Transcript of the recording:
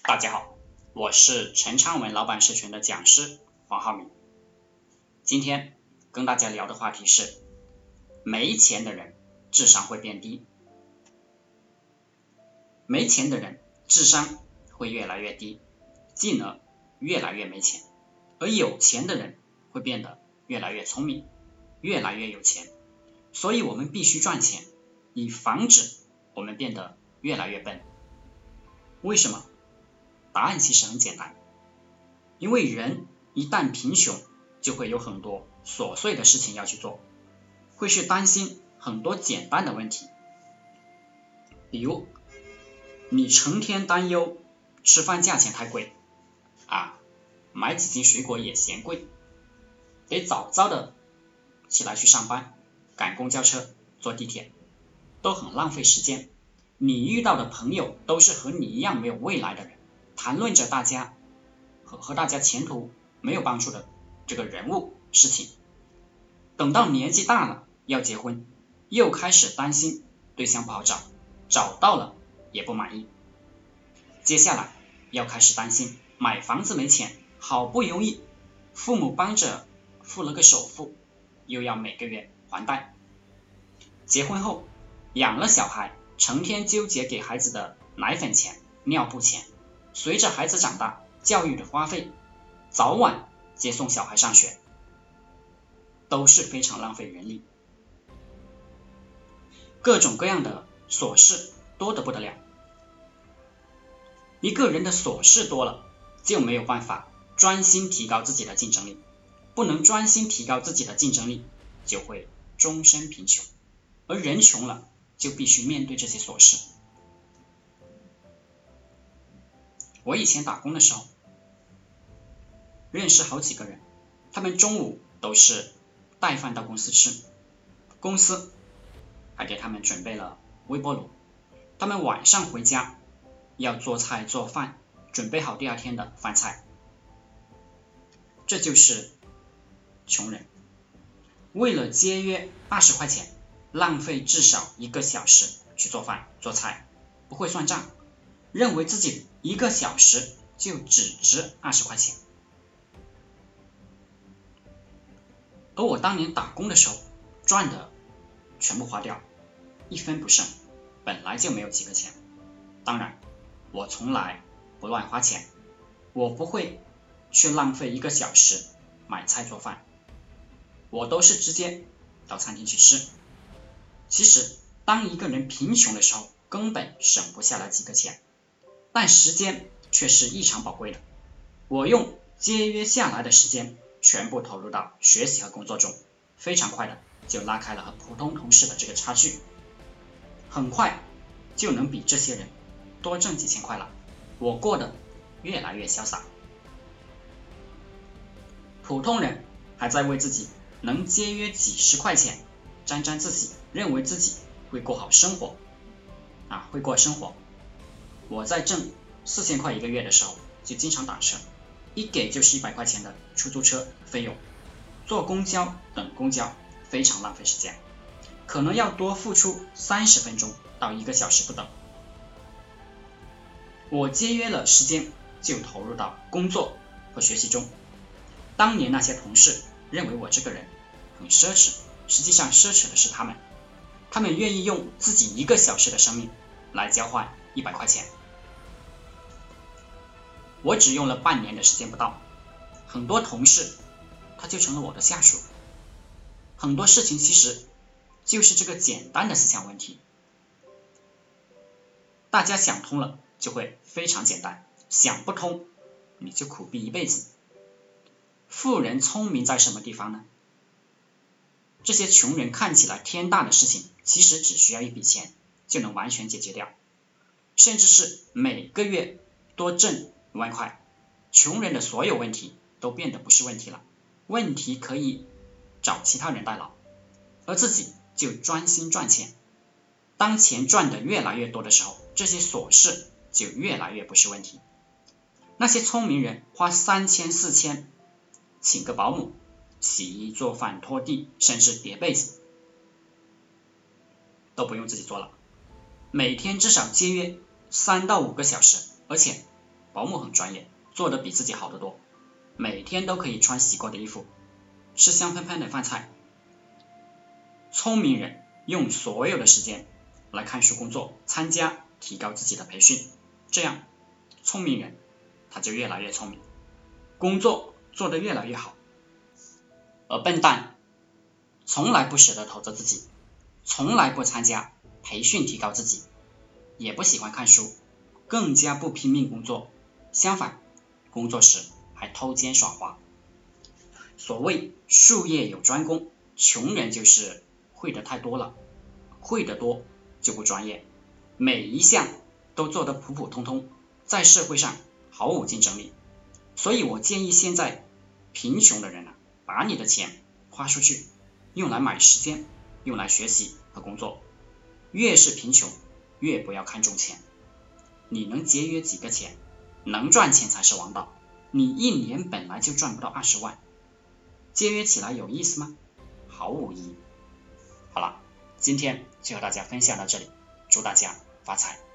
大家好，我是陈昌文老板社群的讲师黄浩明。今天跟大家聊的话题是，没钱的人智商会变低。没钱的人智商会越来越低，进而越来越没钱，而有钱的人会变得越来越聪明，越来越有钱。所以我们必须赚钱，以防止我们变得越来越笨。为什么？答案其实很简单，因为人一旦贫穷，就会有很多琐碎的事情要去做，会去担心很多简单的问题。比如你成天担忧吃饭价钱太贵买几斤水果也嫌贵，得早早的起来去上班，赶公交车坐地铁都很浪费时间。你遇到的朋友都是和你一样没有未来的人，谈论着大家和大家前途没有帮助的这个人物事情，等到年纪大了要结婚，又开始担心对象不好找，找到了也不满意。接下来要开始担心买房子没钱，好不容易父母帮着付了个首付，又要每个月还贷。结婚后养了小孩，成天纠结给孩子的奶粉钱、尿布钱，随着孩子长大，教育的花费，早晚接送小孩上学，都是非常浪费人力。各种各样的琐事多得不得了。一个人的琐事多了，就没有办法专心提高自己的竞争力，不能专心提高自己的竞争力，就会终身贫穷。而人穷了，就必须面对这些琐事。我以前打工的时候，认识好几个人，他们中午都是带饭到公司吃，公司还给他们准备了微波炉，他们晚上回家要做菜做饭，准备好第二天的饭菜。这就是穷人，为了节约20块钱，浪费至少1个小时去做饭做菜，不会算账，认为自己1个小时就只值20块钱。而我当年打工的时候，赚的全部花掉，1分不剩，本来就没有几个钱。当然我从来不乱花钱，我不会去浪费1个小时买菜做饭，我都是直接到餐厅去吃。其实当一个人贫穷的时候，根本省不下来几个钱，但时间却是异常宝贵的。我用节约下来的时间全部投入到学习和工作中，非常快的就拉开了和普通同事的这个差距，很快就能比这些人多挣几千块了，我过得越来越潇洒。普通人还在为自己能节约几十块钱沾沾自喜，认为自己会过好生活会过生活。我在挣4000块1个月的时候，就经常打车，一给就是100块钱的出租车费用，坐公交等公交非常浪费时间，可能要多付出30分钟到1个小时不等。我节约了时间，就投入到工作和学习中。当年那些同事认为我这个人很奢侈，实际上奢侈的是他们愿意用自己1个小时的生命来交换100块钱。我只用了半年的时间不到，很多同事他就成了我的下属。很多事情其实就是这个简单的思想问题，大家想通了就会非常简单，想不通你就苦逼一辈子。富人聪明在什么地方呢？这些穷人看起来天大的事情，其实只需要一笔钱就能完全解决掉，甚至是每个月多挣1万块，穷人的所有问题都变得不是问题了，问题可以找其他人代劳，而自己就专心赚钱。当钱赚得越来越多的时候，这些琐事就越来越不是问题。那些聪明人花3000、4000请个保姆，洗衣做饭拖地，甚至叠被子都不用自己做了，每天至少节约3到5个小时，而且保姆很专业，做的比自己好得多，每天都可以穿洗过的衣服，吃香喷喷的饭菜。聪明人用所有的时间来看书、工作、参加、提高自己的培训，这样聪明人他就越来越聪明，工作做得越来越好。而笨蛋从来不舍得投资自己，从来不参加培训提高自己，也不喜欢看书，更加不拼命工作，相反，工作时还偷奸耍滑。所谓术业有专攻，穷人就是会的太多了，会的多就不专业，每一项都做得普普通通，在社会上毫无竞争力。所以我建议现在贫穷的人把你的钱花出去，用来买时间，用来学习和工作。越是贫穷，越不要看重钱。你能节约几个钱，能赚钱才是王道。你一年本来就赚不到20万，节约起来有意思吗？毫无意义。好了，今天就和大家分享到这里，祝大家发财。